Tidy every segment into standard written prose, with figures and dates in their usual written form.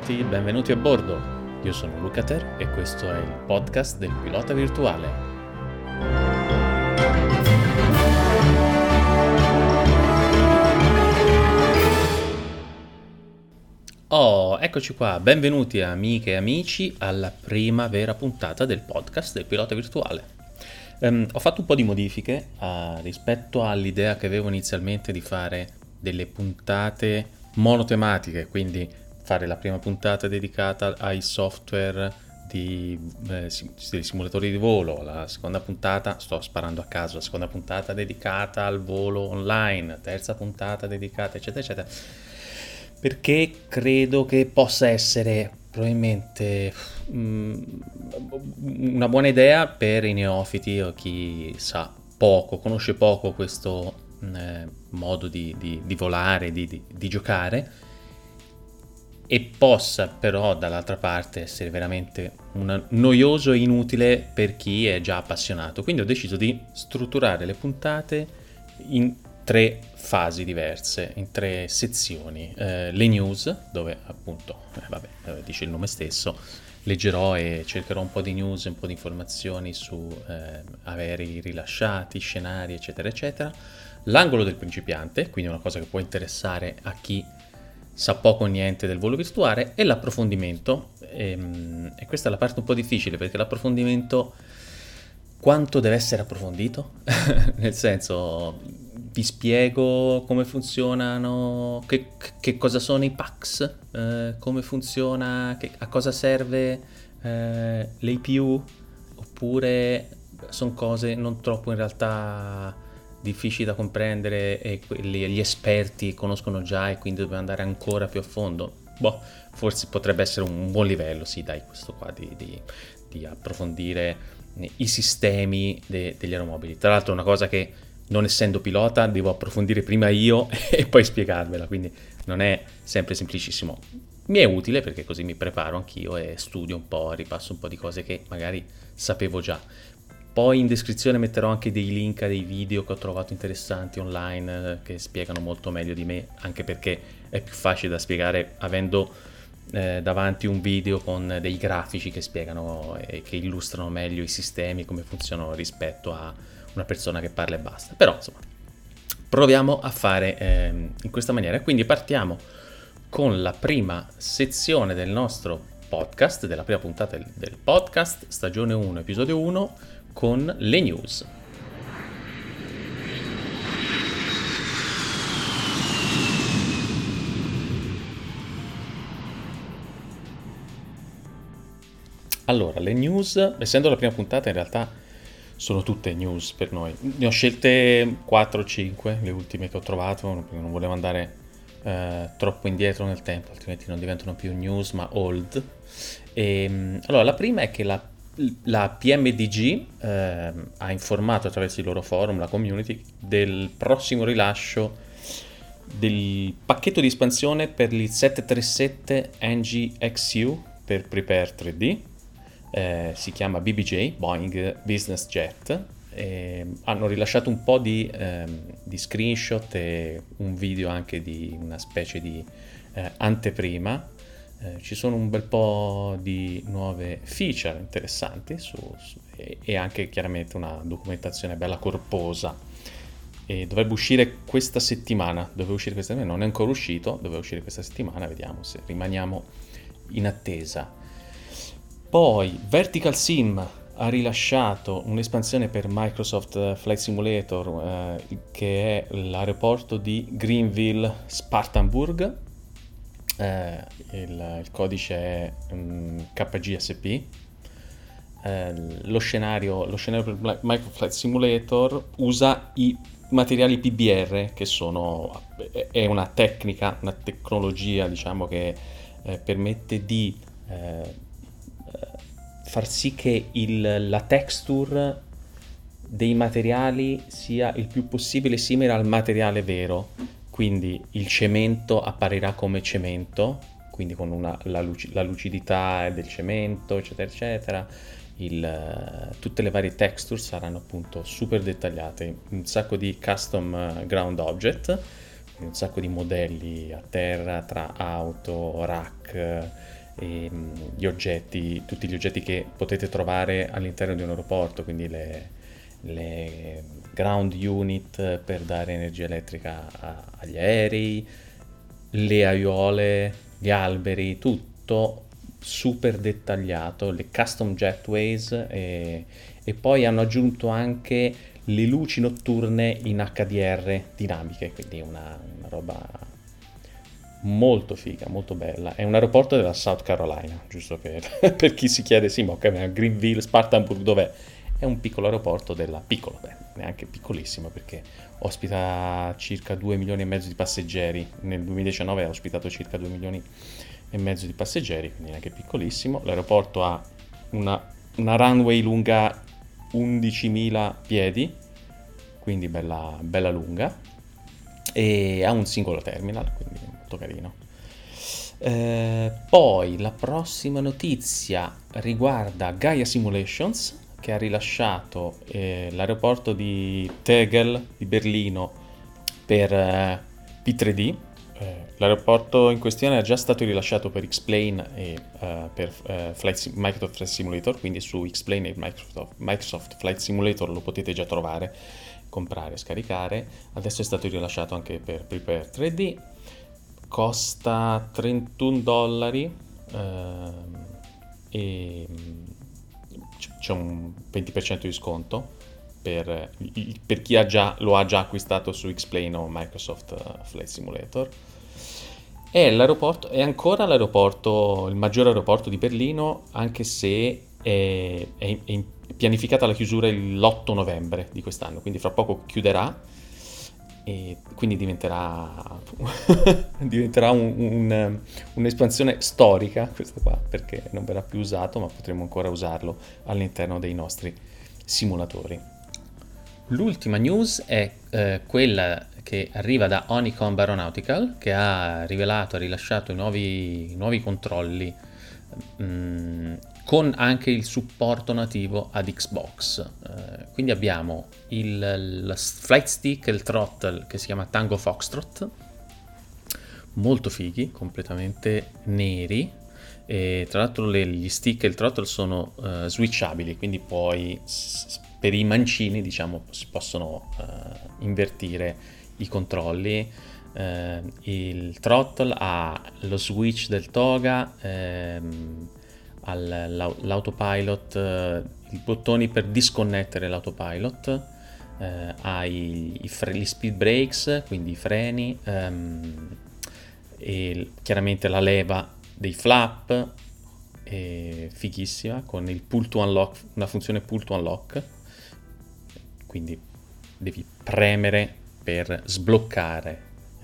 tutti, benvenuti a bordo. Io sono Luca Ter e questo è il podcast del pilota virtuale. Oh, eccoci qua, benvenuti amiche e amici alla prima vera puntata del podcast del pilota virtuale. Ho fatto un po' di modifiche rispetto all'idea che avevo inizialmente di fare delle puntate monotematiche, quindi fare la prima puntata dedicata ai software dei simulatori di volo, la seconda puntata, sto sparando a caso, la seconda puntata dedicata al volo online, terza puntata dedicata eccetera eccetera, perché credo che possa essere probabilmente una buona idea per i neofiti o chi sa poco, conosce poco questo modo di volare, di giocare, e possa però dall'altra parte essere veramente noioso e inutile per chi è già appassionato. Quindi ho deciso di strutturare le puntate in tre fasi diverse, in tre sezioni. Le news, dove appunto, dice il nome stesso, leggerò e cercherò un po' di news, un po' di informazioni su aerei rilasciati, scenari eccetera eccetera. L'angolo del principiante, quindi una cosa che può interessare a chi sa poco o niente del volo virtuale, e l'approfondimento, e questa è la parte un po' difficile, perché l'approfondimento, quanto deve essere approfondito? Nel senso, vi spiego come funzionano, che cosa sono i PACS, come funziona, a cosa serve l'APU, oppure sono cose non troppo in realtà difficili da comprendere e gli esperti conoscono già e quindi dobbiamo andare ancora più a fondo. Forse potrebbe essere un buon livello, sì, dai, questo qua di approfondire i sistemi degli aeromobili. Tra l'altro è una cosa che, non essendo pilota, devo approfondire prima io e poi spiegarvela, quindi non è sempre semplicissimo. Mi è utile perché così mi preparo anch'io e studio un po', ripasso un po' di cose che magari sapevo già. Poi in descrizione metterò anche dei link a dei video che ho trovato interessanti online che spiegano molto meglio di me, anche perché è più facile da spiegare avendo davanti un video con dei grafici che spiegano e che illustrano meglio i sistemi, come funzionano rispetto a una persona che parla e basta. Però insomma, proviamo a fare in questa maniera. Quindi partiamo con la prima sezione del nostro podcast, della prima puntata del podcast, stagione 1, episodio 1, con le news. Allora, le news, essendo la prima puntata, in realtà sono tutte news per noi. Ne ho scelte 4 o 5, le ultime che ho trovato, perché non volevo andare troppo indietro nel tempo, altrimenti non diventano più news ma old. Allora, la prima è che la PMDG ha informato attraverso il loro forum, la community, del prossimo rilascio del pacchetto di espansione per il 737 NG-XU per Prepare 3D. Si chiama BBJ, Boeing Business Jet. Hanno rilasciato un po' di screenshot e un video anche di una specie di anteprima. Ci sono un bel po' di nuove feature interessanti e anche chiaramente una documentazione bella corposa. E dovrebbe uscire questa settimana, non è ancora uscito, doveva uscire questa settimana, vediamo se rimaniamo in attesa. Poi Vertical Sim ha rilasciato un'espansione per Microsoft Flight Simulator che è l'aeroporto di Greenville Spartanburg. Il codice è KGSP. Lo scenario per Microsoft Flight Simulator usa i materiali PBR, che è una tecnologia, diciamo, che permette di far sì che la texture dei materiali sia il più possibile simile al materiale vero. Quindi il cemento apparirà come cemento, quindi con la lucidità del cemento, eccetera eccetera. Tutte le varie texture saranno appunto super dettagliate, un sacco di custom ground object, un sacco di modelli a terra tra auto, rack, e gli oggetti, tutti gli oggetti che potete trovare all'interno di un aeroporto, quindi le ground unit per dare energia elettrica agli aerei, le aiuole, gli alberi, tutto super dettagliato, le custom jetways e poi hanno aggiunto anche le luci notturne in HDR dinamiche, quindi una roba molto figa, molto bella. È un aeroporto della South Carolina, giusto per chi si chiede, sì, ma ok, ma Greenville, Spartanburg, dov'è? È un piccolo aeroporto piccolo, beh, neanche piccolissimo perché ospita circa 2 milioni e mezzo di passeggeri. Nel 2019 ha ospitato circa 2 milioni e mezzo di passeggeri, quindi neanche piccolissimo. L'aeroporto ha una runway lunga 11.000 piedi, quindi bella, bella lunga, e ha un singolo terminal, quindi molto carino. Poi la prossima notizia riguarda Gaia Simulations, che ha rilasciato l'aeroporto di Tegel di Berlino per P3D. L'aeroporto in questione è già stato rilasciato per X-Plane e per Microsoft Flight Simulator, quindi su X-Plane e Microsoft Flight Simulator lo potete già trovare, comprare, scaricare. Adesso è stato rilasciato anche per Prepare 3D, costa $31 e c'è un 20% di sconto per chi lo ha già acquistato su X-Plane o Microsoft Flight Simulator. È ancora il maggior aeroporto di Berlino, anche se è pianificata la chiusura l'8 novembre di quest'anno, quindi fra poco chiuderà e quindi diventerà un'espansione storica questa qua, perché non verrà più usato, ma potremo ancora usarlo all'interno dei nostri simulatori. L'ultima news è quella che arriva da Honeycomb Aeronautical, che ha rilasciato i nuovi controlli con anche il supporto nativo ad Xbox. Quindi abbiamo il flight stick e il throttle che si chiama Tango Foxtrot, molto fighi, completamente neri. E tra l'altro gli stick e il throttle sono switchabili, quindi poi per i mancini, diciamo, si possono invertire i controlli. Il throttle ha lo switch del toga, l'autopilot, i bottoni per disconnettere l'autopilot, ha gli speed brakes, quindi i freni, e chiaramente la leva dei flap, fighissima, con il pull to unlock, una funzione pull to unlock, quindi devi premere per sbloccare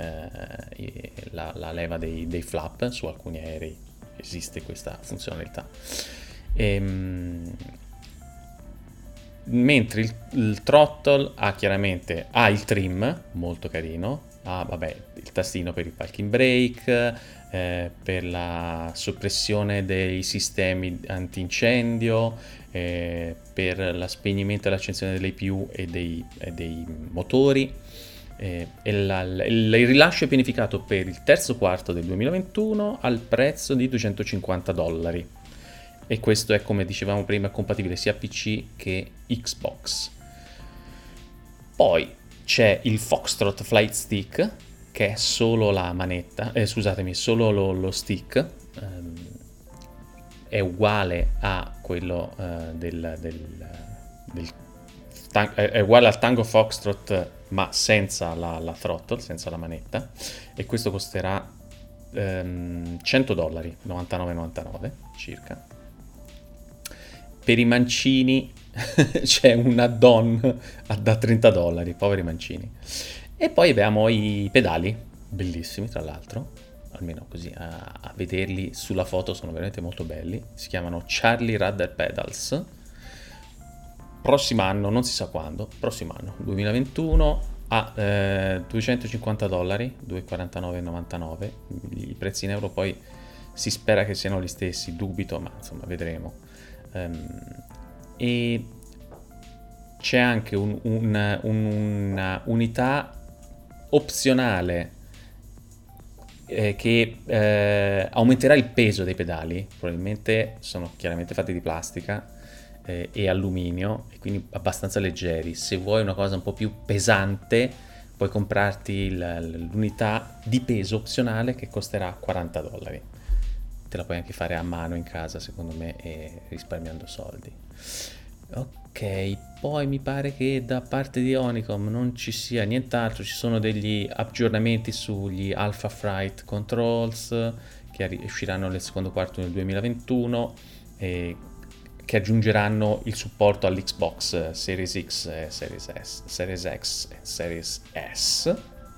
la leva dei flap. Su alcuni aerei esiste questa funzionalità. Mentre il throttle chiaramente ha il trim, molto carino, il tastino per il parking brake, per la soppressione dei sistemi antincendio, per lo spegnimento e l'accensione dell'APU e dei motori. Il rilascio è pianificato per il terzo quarto del 2021 al prezzo di $250, e questo è, come dicevamo prima, compatibile sia PC che Xbox. Poi c'è il Foxtrot Flight Stick, che è solo la manetta, solo lo stick, è uguale a quello è uguale al Tango Foxtrot, ma senza la throttle, senza la manetta, e questo costerà $100, 99,99 circa. Per i mancini c'è un add-on da $30, poveri mancini. E poi abbiamo i pedali, bellissimi tra l'altro, almeno così a vederli sulla foto sono veramente molto belli. Si chiamano Charlie Rudder Pedals. Prossimo anno, non si sa quando, prossimo anno, 2021, a $250, $249,99. I prezzi in euro poi si spera che siano gli stessi, dubito, ma insomma vedremo. E c'è anche una unità opzionale che aumenterà il peso dei pedali, probabilmente sono chiaramente fatti di plastica e alluminio e quindi abbastanza leggeri. Se vuoi una cosa un po' più pesante puoi comprarti l'unità di peso opzionale che costerà $40. Te la puoi anche fare a mano in casa, secondo me, e risparmiando soldi. Ok, poi mi pare che da parte di Honeycomb non ci sia nient'altro, ci sono degli aggiornamenti sugli Alpha Flight Controls che usciranno nel secondo quarto del 2021 e che aggiungeranno il supporto all'Xbox Series X, Series X e Series S.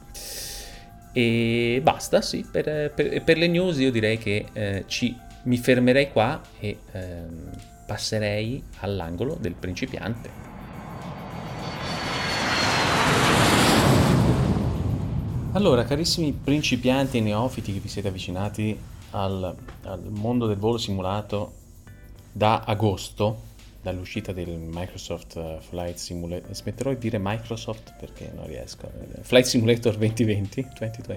E basta, sì, per le news io direi che mi fermerei qua e passerei all'angolo del principiante. Allora, carissimi principianti e neofiti che vi siete avvicinati al mondo del volo simulato da agosto, dall'uscita del Microsoft Flight Simulator, smetterò di dire Microsoft perché non riesco, Flight Simulator 2020,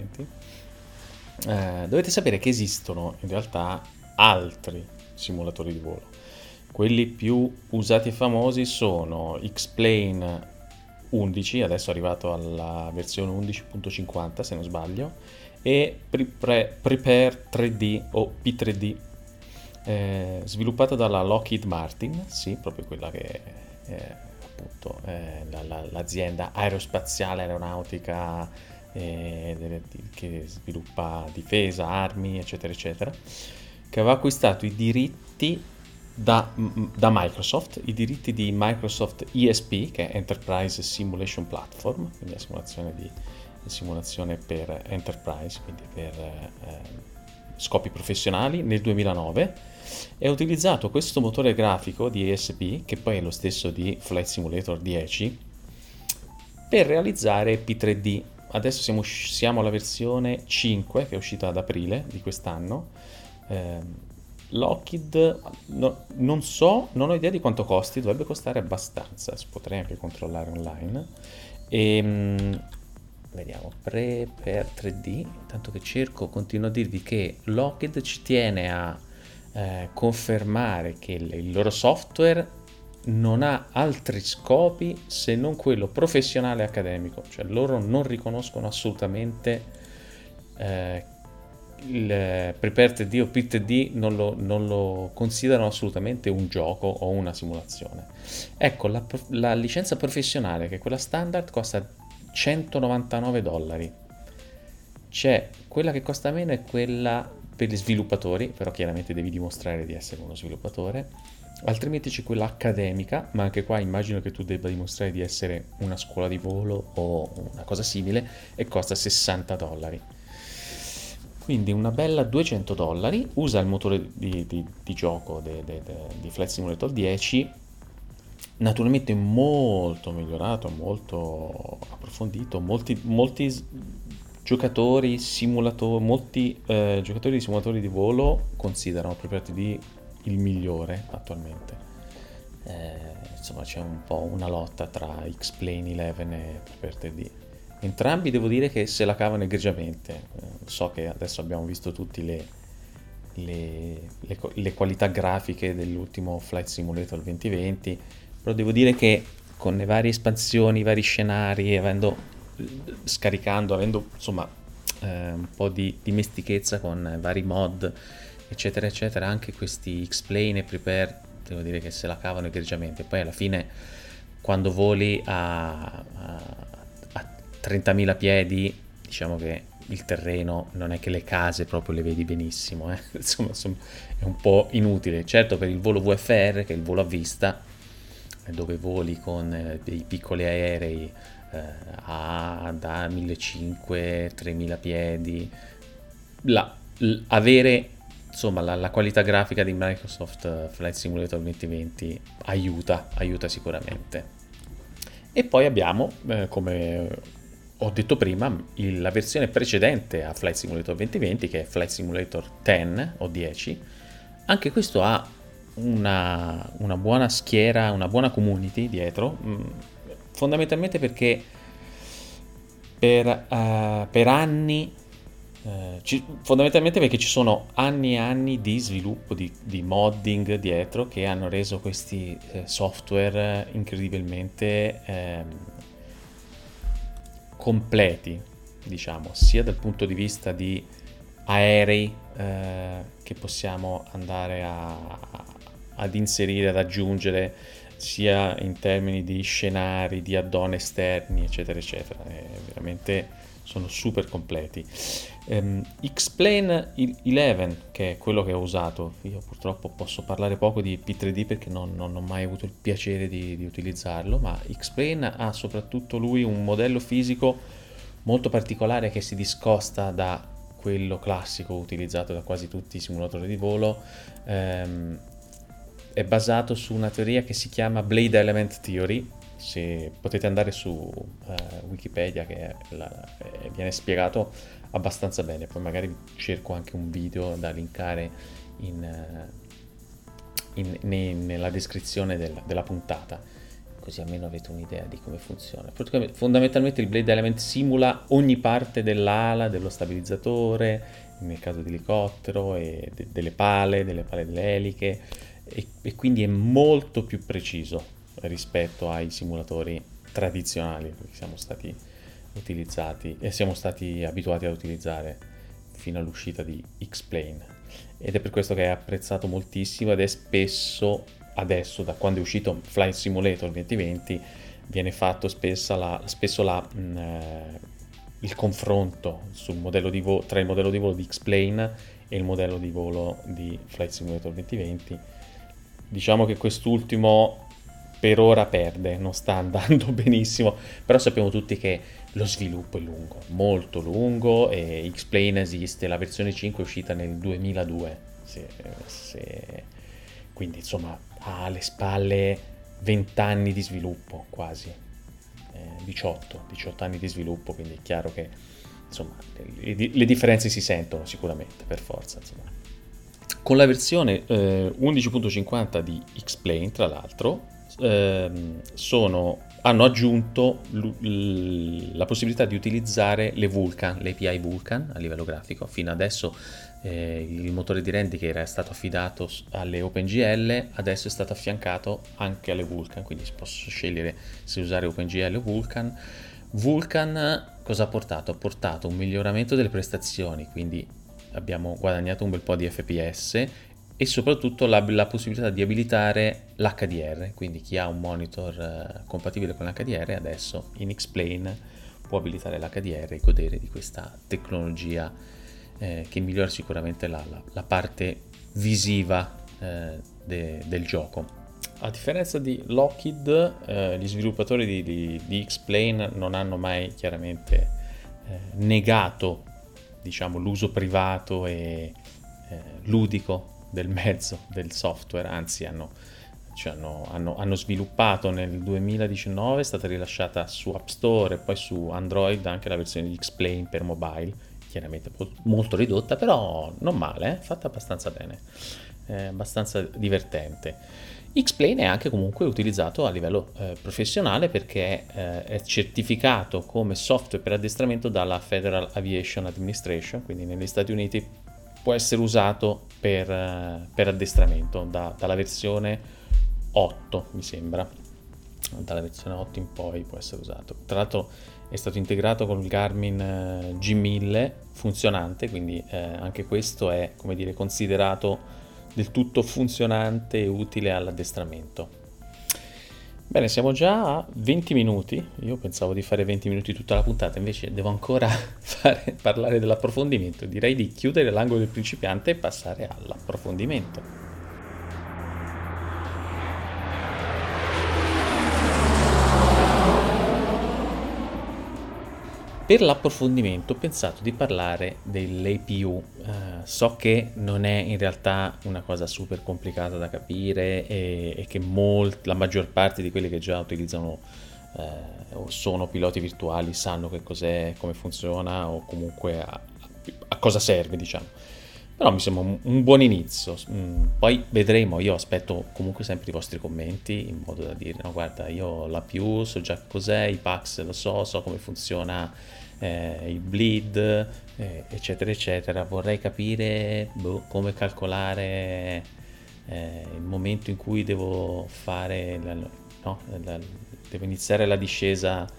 dovete sapere che esistono in realtà altri simulatori di volo. Quelli più usati e famosi sono X-Plane 11, adesso è arrivato alla versione 11.50 se non sbaglio, e Prepare 3D o P3D, sviluppata dalla Lockheed Martin, sì, proprio quella che è appunto l'azienda aerospaziale aeronautica che sviluppa difesa, armi, eccetera, eccetera, che aveva acquistato i diritti da Microsoft, i diritti di Microsoft ESP, che è Enterprise Simulation Platform, quindi la simulazione per Enterprise, quindi per scopi professionali, nel 2009, e ha utilizzato questo motore grafico di ESP, che poi è lo stesso di Flight Simulator 10, per realizzare P3D. Adesso siamo alla versione 5, che è uscita ad aprile di quest'anno. Lockheed, non ho idea di quanto costi, dovrebbe costare abbastanza, potrei anche controllare online. Vediamo, per 3D, intanto che cerco, continuo a dirvi che Lockheed ci tiene a confermare che il loro software non ha altri scopi se non quello professionale e accademico, cioè loro non riconoscono assolutamente il Prepare 3D o P3D, non lo considerano assolutamente un gioco o una simulazione. Ecco, la licenza professionale, che è quella standard, costa $199. C'è quella che costa meno, è quella per gli sviluppatori, però chiaramente devi dimostrare di essere uno sviluppatore, altrimenti c'è quella accademica, ma anche qua immagino che tu debba dimostrare di essere una scuola di volo o una cosa simile, e costa $60. Quindi una bella $200, usa il motore di gioco di Flight Simulator 10, naturalmente molto migliorato, molto approfondito, molti giocatori di simulatori di volo considerano Prepare 3D il migliore attualmente. Insomma, c'è un po' una lotta tra X-Plane 11 e Prepare 3D. Entrambi devo dire che se la cavano egregiamente. So che adesso abbiamo visto tutti le qualità grafiche dell'ultimo Flight Simulator 2020, però devo dire che con le varie espansioni, i vari scenari, avendo insomma un po' di dimestichezza con vari mod, eccetera eccetera, anche questi X-Plane e Prepare devo dire che se la cavano egregiamente. Poi alla fine, quando voli a 30.000 piedi, diciamo che il terreno non è che le case proprio le vedi benissimo, insomma è un po' inutile. Certo, per il volo VFR, che è il volo a vista, dove voli con dei piccoli aerei da 1.500-3.000 piedi, avere insomma la qualità grafica di Microsoft Flight Simulator 2020 aiuta sicuramente. E poi abbiamo, come ho detto prima, la versione precedente a Flight Simulator 2020, che è Flight Simulator 10 o 10. Anche questo ha una buona schiera, una buona community dietro, fondamentalmente perché per anni Fondamentalmente perché ci sono anni e anni di sviluppo, di modding dietro che hanno reso questi software incredibilmente completi, diciamo, sia dal punto di vista di aerei che possiamo andare ad inserire, ad aggiungere, sia in termini di scenari, di add-on esterni, eccetera, eccetera. Veramente sono super completi. X-Plane 11, che è quello che ho usato, io purtroppo posso parlare poco di P3D perché non ho mai avuto il piacere di utilizzarlo, ma X-Plane ha soprattutto lui un modello fisico molto particolare che si discosta da quello classico utilizzato da quasi tutti i simulatori di volo. È basato su una teoria che si chiama Blade Element Theory. Se potete andare su Wikipedia, che viene spiegato abbastanza bene, poi magari cerco anche un video da linkare nella descrizione della puntata, così almeno avete un'idea di come funziona. Fondamentalmente il Blade Element simula ogni parte dell'ala, dello stabilizzatore, nel caso di elicottero, e delle pale delle eliche, e quindi è molto più preciso rispetto ai simulatori tradizionali che siamo stati utilizzati e siamo stati abituati ad utilizzare fino all'uscita di X-Plane, ed è per questo che è apprezzato moltissimo ed è spesso, adesso da quando è uscito Flight Simulator 2020, viene fatto il confronto sul modello di tra il modello di volo di X-Plane e il modello di volo di Flight Simulator 2020. Diciamo che quest'ultimo per ora perde, non sta andando benissimo, però sappiamo tutti che lo sviluppo è lungo, molto lungo, e X-Plane esiste, la versione 5 è uscita nel 2002, quindi insomma ha alle spalle 20 anni di sviluppo quasi, 18 anni di sviluppo, quindi è chiaro che insomma le differenze si sentono sicuramente, per forza, insomma. Con la versione 11.50 di X-Plane, tra l'altro, hanno aggiunto la possibilità di utilizzare le Vulkan, le API Vulkan a livello grafico. Fino adesso il motore di render che era stato affidato alle OpenGL adesso è stato affiancato anche alle Vulkan, quindi posso scegliere se usare OpenGL o Vulkan. Vulkan cosa ha portato? Ha portato un miglioramento delle prestazioni, quindi abbiamo guadagnato un bel po' di FPS, e soprattutto la possibilità di abilitare l'HDR, quindi chi ha un monitor compatibile con l'HDR adesso in X-Plane può abilitare l'HDR e godere di questa tecnologia che migliora sicuramente la parte visiva del gioco. A differenza di Lockheed, gli sviluppatori di X-Plane non hanno mai chiaramente negato, diciamo, l'uso privato e ludico del mezzo, del software, anzi hanno sviluppato nel 2019, è stata rilasciata su App Store e poi su Android anche la versione di X-Plane per mobile, chiaramente molto ridotta, però non male, fatta abbastanza bene, abbastanza divertente. X-Plane è anche comunque utilizzato a livello professionale perché è certificato come software per addestramento dalla Federal Aviation Administration, quindi negli Stati Uniti può essere usato per addestramento dalla versione 8, mi sembra. Dalla versione 8 in poi può essere usato. Tra l'altro è stato integrato con il Garmin G1000 funzionante, quindi anche questo è, come dire, considerato del tutto funzionante e utile all'addestramento. Bene, siamo già a 20 minuti, io pensavo di fare 20 minuti tutta la puntata, invece devo ancora parlare dell'approfondimento. Direi di chiudere l'angolo del principiante e passare all'approfondimento. Per l'approfondimento ho pensato di parlare dell'APU. So che non è in realtà una cosa super complicata da capire e che la maggior parte di quelli che già utilizzano o sono piloti virtuali sanno che cos'è, come funziona o comunque a cosa serve, diciamo. Però mi sembra un buon inizio. Poi vedremo, io aspetto comunque sempre i vostri commenti in modo da dire no, guarda, io l'APU so già cos'è, i PAX lo so come funziona il bleed, eccetera, eccetera. Vorrei capire come calcolare il momento in cui devo fare, no, devo iniziare la discesa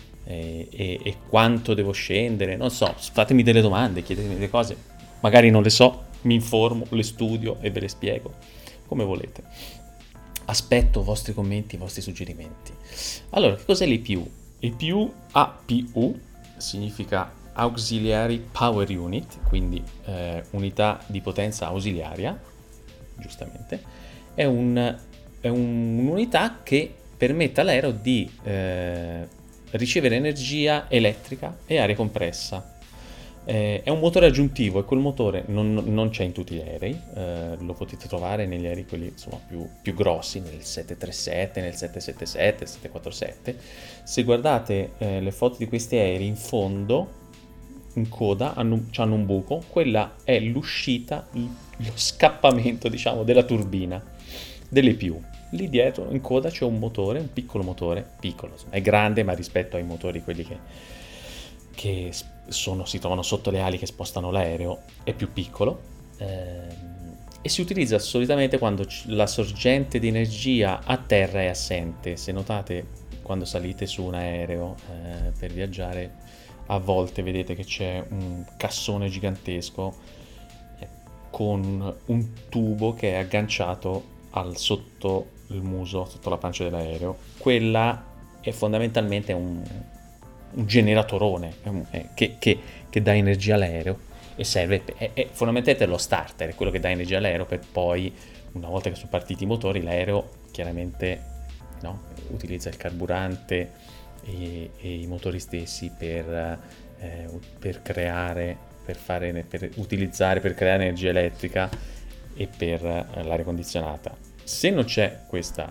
e quanto devo scendere. Non so, fatemi delle domande, chiedetemi delle cose. Magari non le so, mi informo, le studio e ve le spiego, come volete. Aspetto vostri commenti, vostri suggerimenti. Allora, che cos'è l'EPU? EPU, APU, significa Auxiliary Power Unit, quindi unità di potenza ausiliaria, giustamente. È un'unità che permette all'aereo di ricevere energia elettrica e aria compressa. È un motore aggiuntivo e quel motore non c'è in tutti gli aerei, lo potete trovare negli aerei quelli insomma più grossi, nel 737, nel 777, nel 747. Se guardate le foto di questi aerei, in fondo, in coda, hanno un buco, quella è l'uscita, lo scappamento, diciamo, della turbina, dell'EPU. Lì dietro, in coda, c'è un motore, un piccolo motore, piccolo, insomma, è grande, ma rispetto ai motori, quelli che si trovano sotto le ali che spostano l'aereo, è più piccolo, e si utilizza solitamente quando la sorgente di energia a terra è assente. Se notate, quando salite su un aereo per viaggiare, a volte vedete che c'è un cassone gigantesco con un tubo che è agganciato sotto il muso, sotto la pancia dell'aereo. Quella è fondamentalmente un generatorone che dà energia all'aereo e serve, è fondamentalmente lo starter, è quello che dà energia all'aereo per poi, una volta che sono partiti i motori, l'aereo chiaramente, no, utilizza il carburante e i motori stessi per creare, per utilizzare, per creare energia elettrica e per l'aria condizionata. Se non c'è questa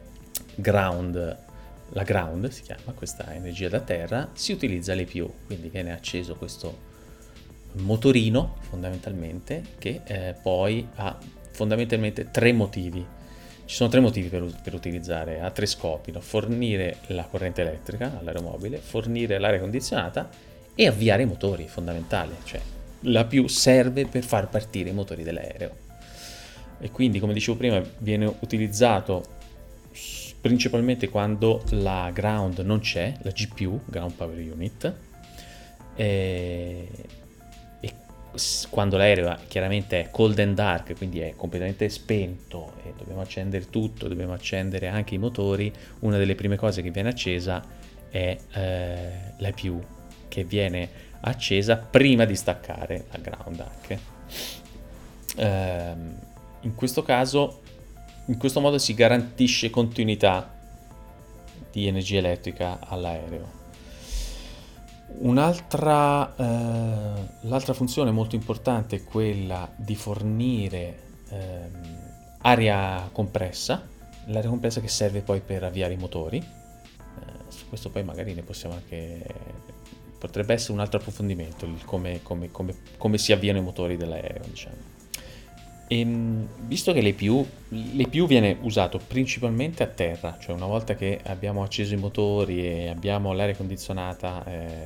la ground si chiama, questa energia da terra, si utilizza l'EPU, quindi viene acceso questo motorino fondamentalmente che poi ha fondamentalmente tre motivi. Ci sono tre motivi per utilizzare, ha tre scopi: no? Fornire la corrente elettrica all'aeromobile, fornire l'aria condizionata e avviare i motori, fondamentale, cioè l'APU serve per far partire i motori dell'aereo. E quindi, come dicevo prima, viene utilizzato principalmente quando la ground non c'è, la GPU, Ground Power Unit, e quando l'aereo chiaramente è cold and dark, quindi è completamente spento e dobbiamo accendere tutto, dobbiamo accendere anche i motori, una delle prime cose che viene accesa è l'APU, che viene accesa prima di staccare la ground anche. In questo caso, in questo modo si garantisce continuità di energia elettrica all'aereo. L'altra funzione molto importante è quella di fornire aria compressa, l'aria compressa che serve poi per avviare i motori. Su questo poi magari ne possiamo anche, potrebbe essere un altro approfondimento, come si avviano i motori dell'aereo, diciamo. E visto che l'EPU viene usato principalmente a terra, cioè una volta che abbiamo acceso i motori e abbiamo l'aria condizionata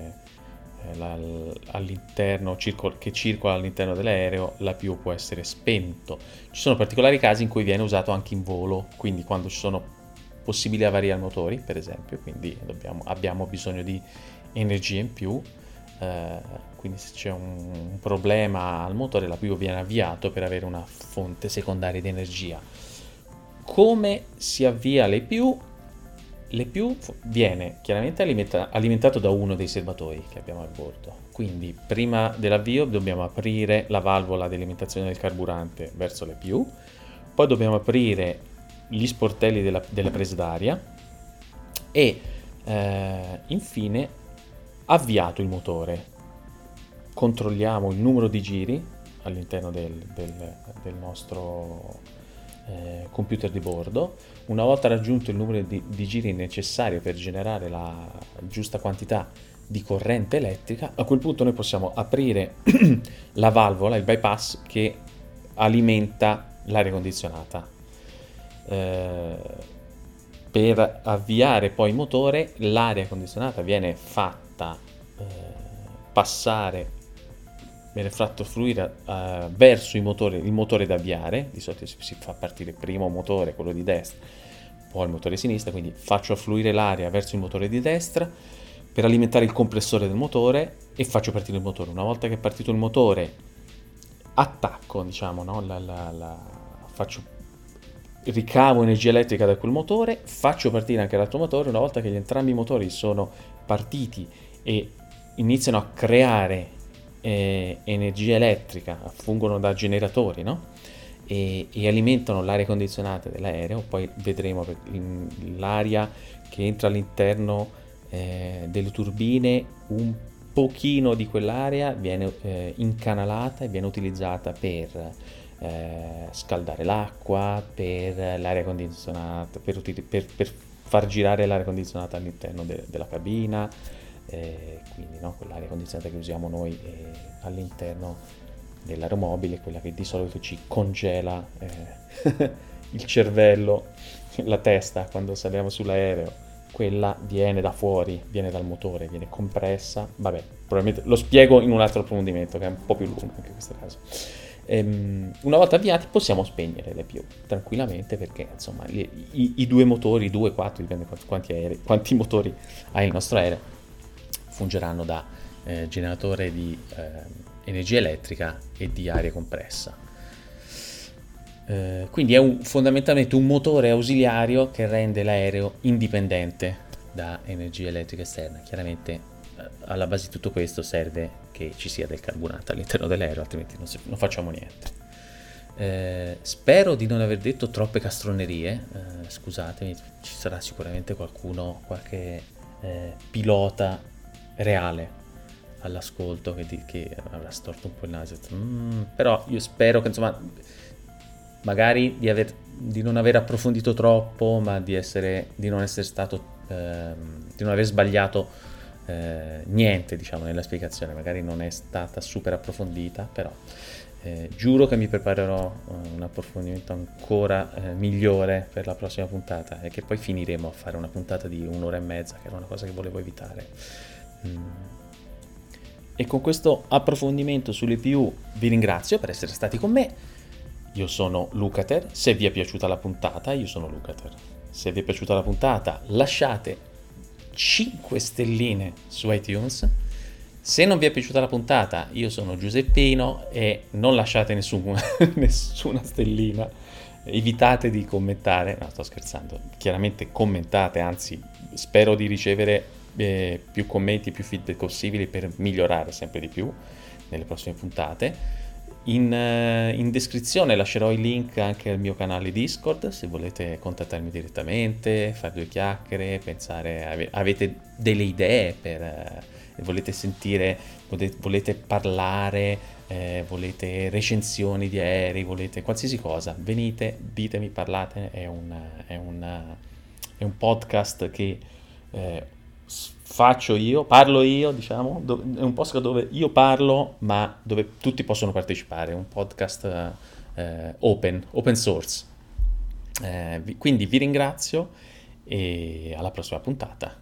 all'interno, che circola all'interno dell'aereo, l'APU può essere spento. Ci sono particolari casi in cui viene usato anche in volo, quindi quando ci sono possibili avarie ai motori, per esempio, quindi abbiamo bisogno di energia in più. Quindi se c'è un problema al motore, l'APU viene avviato per avere una fonte secondaria di energia. Come si avvia l'EPU? L'EPU viene chiaramente alimentato da uno dei serbatoi che abbiamo a bordo. Quindi prima dell'avvio dobbiamo aprire la valvola di alimentazione del carburante verso l'EPU, poi dobbiamo aprire gli sportelli della presa d'aria e infine, avviato il motore, controlliamo il numero di giri all'interno del nostro computer di bordo. Una volta raggiunto il numero di giri necessario per generare la giusta quantità di corrente elettrica, a quel punto noi possiamo aprire la valvola, il bypass che alimenta l'aria condizionata. Per avviare poi il motore, l'aria condizionata viene fatta passare, viene fatto fluire verso il motore da avviare. Di solito si fa partire prima un motore, quello di destra, poi il motore di sinistra, quindi faccio affluire l'aria verso il motore di destra per alimentare il compressore del motore e faccio partire il motore. Una volta che è partito il motore, attacco, diciamo, no? Ricavo energia elettrica da quel motore, faccio partire anche l'altro motore. Una volta che entrambi i motori sono partiti e iniziano a creare energia elettrica, fungono da generatori, no? E alimentano l'aria condizionata dell'aereo. Poi vedremo l'aria che entra all'interno delle turbine, un pochino di quell'aria viene incanalata e viene utilizzata per scaldare l'acqua, per l'aria condizionata, per far girare l'aria condizionata all'interno della cabina, quindi no, quell'aria condizionata che usiamo noi all'interno dell'aeromobile, quella che di solito ci congela il cervello, la testa quando saliamo sull'aereo. Quella viene da fuori, viene dal motore, viene compressa. Vabbè, probabilmente lo spiego in un altro approfondimento che è un po' più lungo anche in questo caso. Una volta avviati possiamo spegnere le più tranquillamente, perché insomma i due motori, 2, 4, dipende quanti motori ha il nostro aereo, fungeranno da generatore di energia elettrica e di aria compressa. Quindi è fondamentalmente un motore ausiliario che rende l'aereo indipendente da energia elettrica esterna. Chiaramente alla base di tutto questo serve che ci sia del carburante all'interno dell'aereo, altrimenti non facciamo niente. Spero di non aver detto troppe castronerie, scusatemi, ci sarà sicuramente qualche pilota reale all'ascolto che avrà storto un po' il naso, però io spero che insomma magari di non aver approfondito troppo, ma di non essere stato di non aver sbagliato niente, diciamo, nella spiegazione. Magari non è stata super approfondita, però giuro che mi preparerò un approfondimento ancora migliore per la prossima puntata, e che poi finiremo a fare una puntata di 1 ora e mezza, che era una cosa che volevo evitare. E con questo approfondimento sulle PU vi ringrazio per essere stati con me. Io sono Lucater. Se vi è piaciuta la puntata, io sono Lucater. Se vi è piaciuta la puntata, lasciate 5 stelline su iTunes. Se non vi è piaciuta la puntata, io sono Giuseppino e non lasciate nessuna stellina. Evitate di commentare. No, sto scherzando. Chiaramente commentate, anzi spero di ricevere più commenti, più feedback possibili per migliorare sempre di più nelle prossime puntate. In descrizione lascerò il link anche al mio canale Discord, se volete contattarmi direttamente, fare 2 chiacchiere, pensare, avete delle idee, volete sentire, volete parlare, volete recensioni di aerei, volete qualsiasi cosa, venite, ditemi, parlate. È un podcast che parlo io, diciamo, è un podcast dove io parlo, ma dove tutti possono partecipare, è un podcast open source. Quindi vi ringrazio e alla prossima puntata.